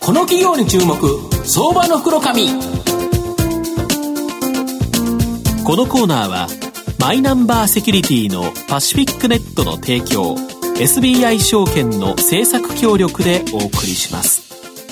この企業に注目、相場の福の神。 このコーナーはマイナンバーセキュリティのパシフィックネットの提供、 SBI 証券の政策協力でお送りします。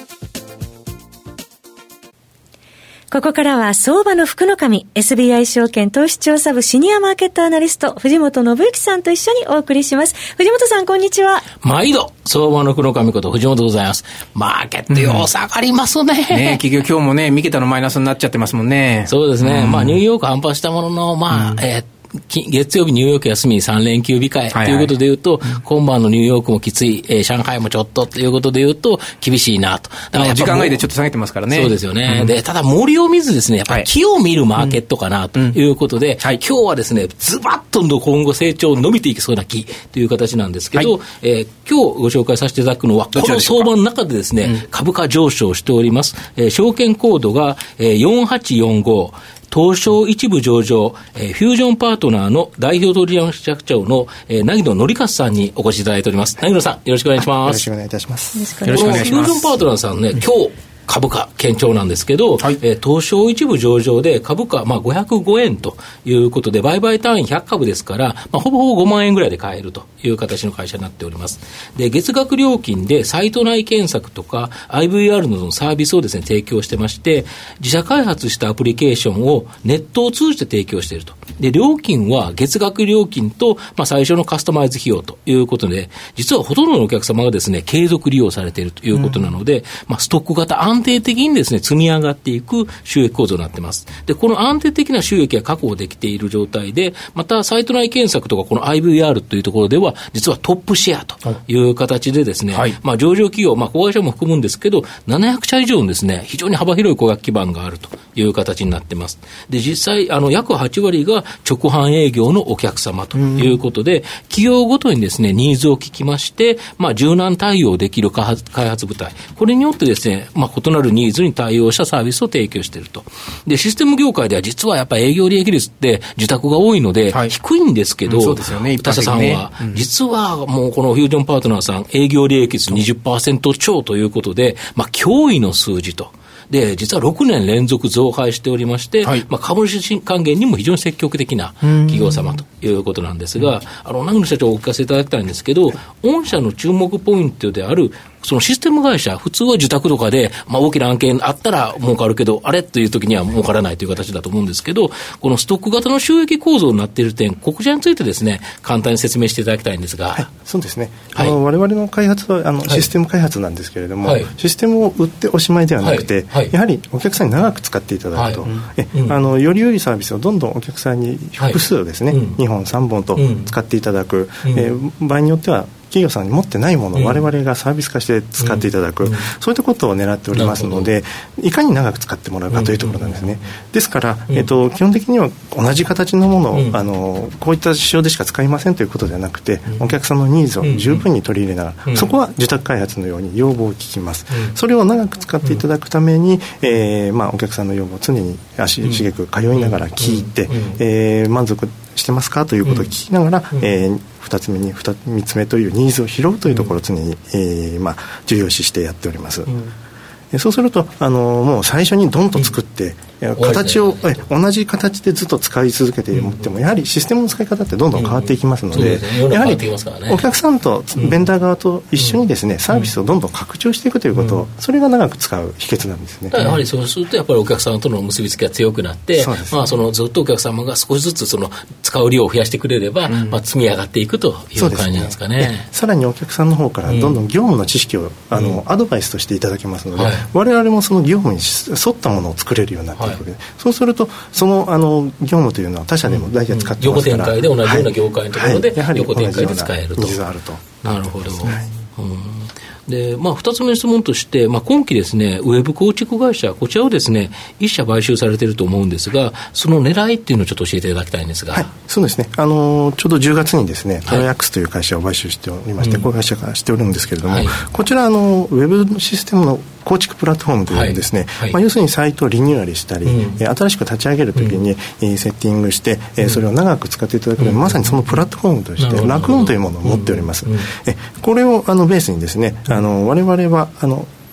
ここからは相場の福の神、 SBI 証券投資調査部シニアマーケットアナリスト藤本信之さんと一緒にお送りします。藤本さん、こんにちは。 毎度相場の福の神こと藤本でございます。マーケットよう下がりますね。 結局今日もね、3桁のマイナスになっちゃってますもんね。 そうですね、ニューヨーク反発したものの、月曜日ニューヨーク休み3連休控えということでいうと、今晩のニューヨークもきつい、上海もちょっとということでいうと厳しいなと。 だから時間外でちょっと下げてますからね。 そうですよね、でただ森を見ずですね、やっぱり木を見るマーケットかなということで、今日はですね、ズバッと今後成長伸びていきそうな木という形なんですけど、今日ご紹介させていただくのはこの相場の中でですね、株価上昇しております、証券コードが、4845東証一部上場、フュージョンパートナーの代表取締役長の、凪野紀勝さんにお越しいただいております。凪野さん、よろしくお願いします。 よろしくお願いいたします。 よろしくお願いします。 フュージョンパートナーさんね、今日株価堅調なんですけど、東証一部上場で株価、505円ということで、売買単位100株ですから、ほぼほぼ5万円ぐらいで買えるという形の会社になっております。で、月額料金でサイト内検索とか IVR などのサービスをですね、提供してまして、自社開発したアプリケーションをネットを通じて提供していると。で、料金は月額料金と、最初のカスタマイズ費用ということで、実はほとんどのお客様がですね、継続利用されているということなので、ストック型安定的にですね、積み上がっていく収益構造になっています。で、この安定的な収益が確保できている状態で、またサイト内検索とかこの IVR というところでは、実はトップシェアという形でですね、上場企業、子会社も含むんですけど、700社以上のですね、非常に幅広い顧客基盤があるという形になっています。で、実際、約8割が直販営業のお客様ということで、企業ごとにですね、ニーズを聞きまして、柔軟対応できる開発部隊、これによってですね、異なるニーズに対応したサービスを提供していると。で、システム業界では実はやっぱり営業利益率って受託が多いので、低いんですけど、他社さんは、実はもうこのフュージョンパートナーさん、営業利益率 20% 超ということで、驚異の数字と。で、実は6年連続増配しておりまして、株主還元にも非常に積極的な企業様ということなんですが、凪野社長お聞かせいただきたいんですけど、御社の注目ポイントであるそのシステム会社、普通は受託とかで、大きな案件あったら儲かるけど、あれという時には儲からないという形だと思うんですけど、このストック型の収益構造になっている点、こちらについてですね、簡単に説明していただきたいんですが。 そうですね。我々の開発はシステム開発なんですけれども、システムを売っておしまいではなくて、やはりお客さんに長く使っていただくと、より良いサービスをどんどんお客さんに複数をですね、2本3本と使っていただく、場合によっては企業さんに持ってないものを我々がサービス化して使っていただく、そういったことを狙っておりますので、いかに長く使ってもらうかというところなんですね。ですから、基本的には同じ形のものを、こういった仕様でしか使いませんということではなくて、お客さんのニーズを十分に取り入れながら、そこは受託開発のように要望を聞きます。それを長く使っていただくために、お客さんの要望を常に足しげく通いながら聞いて、満足してますかということを聞きながら、3つ目というニーズを拾うというところを常に、重要視してやっております。そうするともう最初にドンと作って形を同じ形でずっと使い続けていってもやはりシステムの使い方ってどんどん変わっていきますので、やはりお客さんとベンダー側と一緒にですね、サービスをどんどん拡張していくということを、それが長く使う秘訣なんですね。 やはりそうするとやっぱりお客さんとの結びつきが強くなって、そのずっとお客様が少しずつその使う量を増やしてくれれば、積み上がっていくという感じなんですかね。 さらにお客さんの方からどんどん業務の知識をアドバイスとしていただけますので、我々もその業務に沿ったものを作れるようになっていくわけで、そうするとその業務というのは他社でも大体使ってますから、 横展開で同じような業界のところで横展開で使えると。 なるほど。で2つ目の質問として、今期ですね、ウェブ構築会社、こちらをですね、1社買収されていると思うんですが、その狙いっていうのをちょっと教えていただきたいんですが。 そうですね、ちょうど10月にですね、トライアックスという会社を買収しておりまして、こういう会社がしておるんですけれども、こちらウェブシステムの構築プラットフォームというのをですね、要するにサイトをリニューアルしたり、新しく立ち上げるときに、セッティングして、それを長く使っていただくので、まさにそのプラットフォームとしてラクーンというものを持っております。これをベースにですね、我々は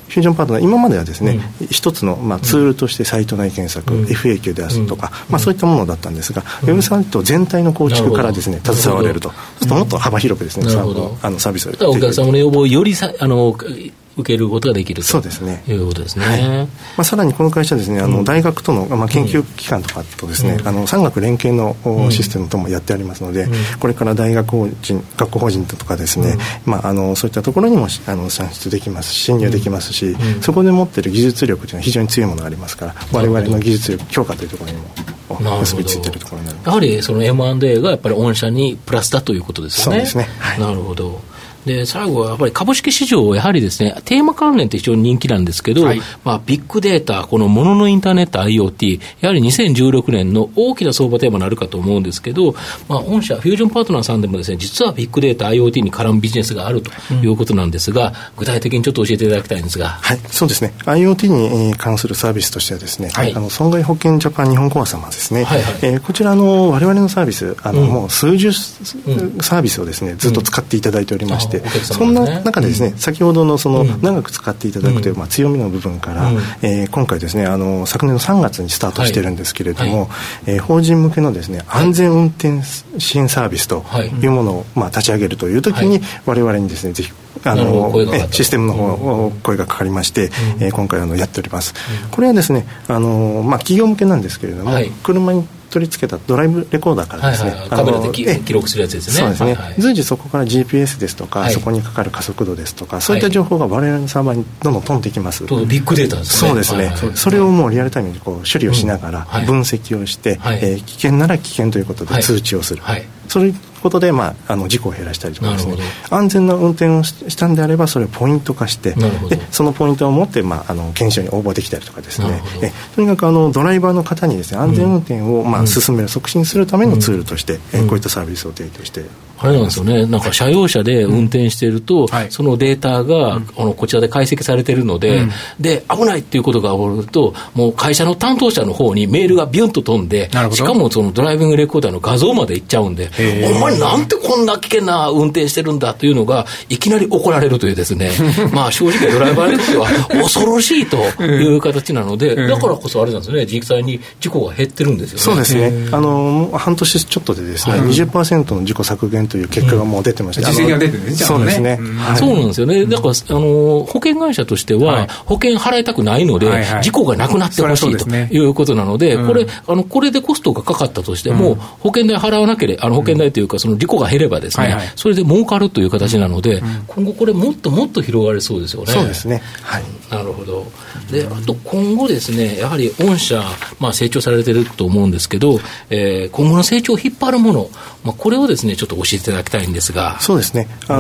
フュージョンパートナー今まではですね、一つのツールとしてサイト内検索、FAQ であるとか、そういったものだったんですが、ウェブサイト全体の構築からですね携われると、そうするともっと幅広くですねサービスをお客様の要望をより受けることができるとそうですねいうことですね。 さらにこの会社ですね、大学との、研究機関とかとですね、産学連携のシステムともやってありますので、これから大学法人、学校法人とかですね、そういったところにも産出できますし、侵入できますし、そこで持っている技術力というのは非常に強いものがありますから、我々の技術力強化というところにも結びついているところになります。 やはりその M&A がやっぱり御社にプラスだということですよね。 そうですね、はい、 なるほど。で最後はやっぱり株式市場はやはりですねテーマ関連って非常に人気なんですけど、ビッグデータ、このもののインターネット IoT、 やはり2016年の大きな相場テーマになるかと思うんですけど、御社フュージョンパートナーさんでもですね実はビッグデータ IoT に絡むビジネスがあるということなんですが、具体的にちょっと教えていただきたいんですが。 はい、そうですね、 IoT に関するサービスとしてはですね、損害保険ジャパン日本コア様ですね、こちら我々のサービスもう数十サービスをですねずっと使っていただいておりまして、そんな中でですね、先ほどの長く使っていただくという強みの部分から、今回ですね昨年の3月にスタートしてるんですけれども、法人向けのですね安全運転支援サービスというものを立ち上げるという時に、我々にですねぜひシステムの方声がかかりまして、今回やっております。これはですね企業向けなんですけれども、車に取り付けたドライブレコーダーからですね、 カメラで記録するやつですね。 そうですね、随時そこから GPS ですとか、そこにかかる加速度ですとか、そういった情報が我々のサーバーにどんどん飛んできます。 ビッグデータですね。 そうですね、それをもうリアルタイムに処理をしながら分析をして、危険なら危険ということで通知をする、そういうことで、事故を減らしたりとかですね、安全な運転をしたんであればそれをポイント化して、でそのポイントを持って、検証に応募できたりとかですね、とにかくドライバーの方にですね安全運転を進める、促進するためのツールとして、こういったサービスを提供してあれなんですよね、なんか車用車で運転していると、そのデータが、こちらで解析されているので、で危ないっていうことが起こると、もう会社の担当者の方にメールがビュンと飛んで、しかもそのドライビングレコーダーの画像までいっちゃうんで、お前なんてこんな危険な運転してるんだというのがいきなり怒られるというですね正直ドライバーにとっては恐ろしいという形なので、だからこそあれなんですね、実際に事故が減ってるんですよね。 そうですね、半年ちょっとでですね、20% の事故削減という結果がもう出てまして、 実績が出てるんですね。 そうですね、 そうなんですよね。だから保険会社としては、保険払いたくないので、事故がなくなってほしいということなので、これでコストがかかったとしても、保険代払わなければ、保険代というかその事故が減ればですね、それで儲かるという形なので、今後これもっともっと広がりそうですよね。 そうですね、 なるほど。であと今後ですね、やはり御社、成長されていると思うんですけど、今後の成長を引っ張るもの、これをですねちょっと教えていただきたいんですが。 そうですね、我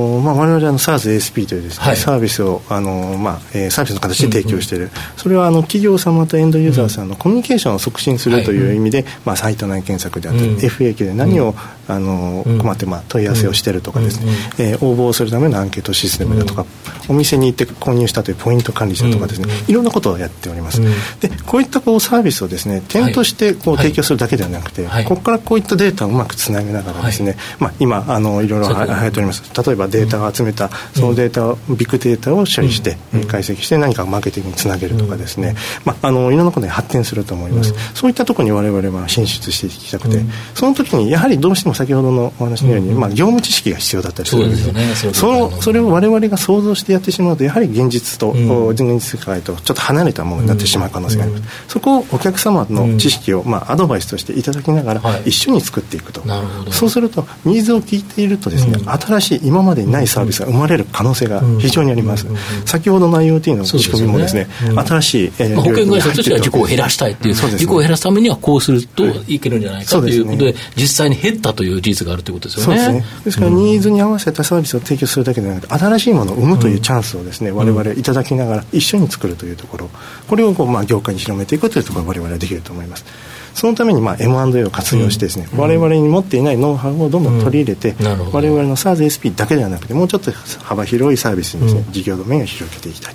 々SaaS-ASP というですね、サービスをサービスの形で提供している、それは企業様とエンドユーザーさんのコミュニケーションを促進するという意味で、サイト内検索であったり、FAQ で何を困って問い合わせをしているとかですね、応募をするためのアンケートシステムだとか、お店に行って購入したというポイント管理者とかですね、いろんなことをやっております。でこういったサービスをですね点として提供するだけではなくて、ここからこういったデータをうまくつなげながらですね、今いろいろ流行っております。例えばデータを集めたそのデータをビッグデータを処理して解析して何かマーケティングにつなげるとかですね、いろんなことに発展すると思います。そういったところに我々は進出していきたくて、その時にやはりどうしても先ほどのお話のように、業務知識が必要だったりするんですよね。それを我々が想像してやってしまうと、やはり現実世界とちょっと離れたものになってしまう可能性があります。そこをお客様の知識をアドバイスとしていただきながら一緒に作っていくと、そうするとニーズを聞いているとですね、新しい今までにないサービスが生まれる可能性が非常にあります。先ほどの IoT の仕組みもですね、新しい保険会社としては事故を減らしたいという、事故を減らすためにはこうするといけるんじゃないかということで、実際に減ったという事実があるということですよね。 そうですね。ですからニーズに合わせたサービスを提供するだけではなくて、新しいものを生むというチャンスをですね、我々いただきながら一緒に作るというところ、これを業界に広めていくというところが我々はできると思います。そのためにM&A を活用してですね、我々に持っていないノウハウをどんどん取り入れて、我々の SaaS-ASP だけではなくて、もうちょっと幅広いサービスにですね、事業ドメインを広げていきたいと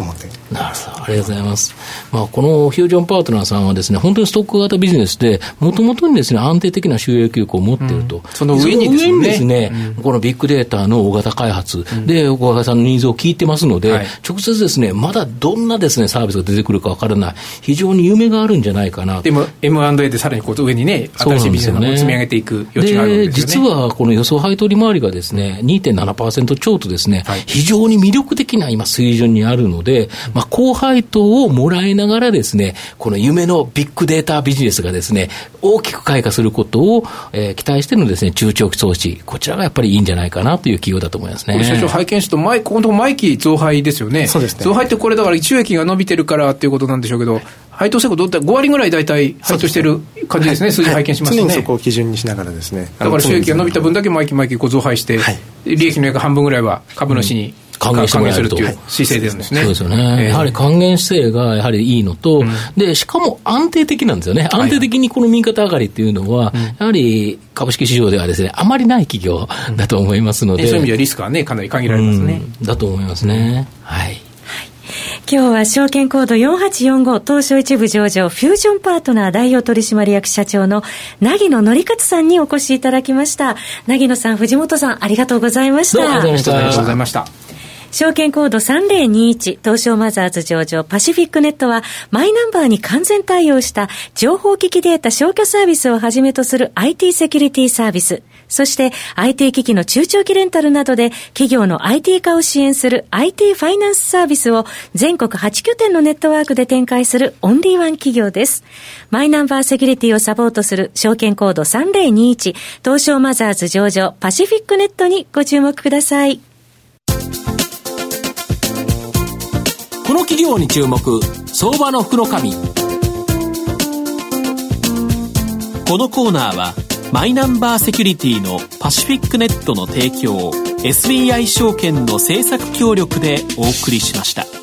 思っています。 なるほど、ありがとうございます。このフュージョンパートナーさんはですね、本当にストック型ビジネスで、もともとにですね、安定的な収益力を持っていると。 その上にですね、このビッグデータの大型開発で、小川さんのニーズを聞いてますので、直接ですね、まだどんなですね、サービスが出てくるかわからない、非常に夢があるんじゃないかな。 でも M&A でさらにこう上にね、新しいビジネスを積み上げていく余地があるんですよね。 実はこの予想配当利回りがですね、2.7% 超とですね、非常に魅力的な今水準にあるので、高配当をもらいながらですね、この夢のビッグデータビジネスがですね、大きく開花することを、期待してのですね、中長期投資、こちらがやっぱりいいんじゃないかなという企業だと思いますね。 これ社長拝見するとここのとこ毎期増配ですよね。 そうですね。 増配ってこれだから収益が伸びてるからっていうことなんでしょうけど、配当成功どうって5割ぐらい大体配当してる感じですね。数字拝見しますとね。 常にそこを基準にしながらですね。 だから収益が伸びた分だけ毎期毎期増配して、利益の約半分ぐらいは株主に、還元するという姿勢ですね。 そうですよね。やはり還元姿勢がやはりいいのと、で、しかも安定的なんですよね。安定的にこの右肩上がりっていうのは、やはり株式市場ではですね、あまりない企業だと思いますので。 そういう意味ではリスクはね、かなり限られますね。 だと思いますね。はい。 今日は証券コード4845東証一部上場フュージョンパートナー代表取締役社長の凪野則勝さんにお越しいただきました。凪野さん、藤本さん、ありがとうございました。 どうもありがとうございました。 証券コード3021東証マザーズ上場パシフィックネットはマイナンバーに完全対応した情報機器データ消去サービスをはじめとする IT セキュリティサービス、そして IT 機器の中長期レンタルなどで企業の IT 化を支援する IT ファイナンスサービスを全国8拠点のネットワークで展開するオンリーワン企業です。マイナンバーセキュリティをサポートする証券コード3021東証マザーズ上場パシフィックネットにご注目ください。 この企業に注目、相場の福の神。このコーナーはマイナンバーセキュリティのパシフィックネットの提供、SBI 証券の政策協力でお送りしました。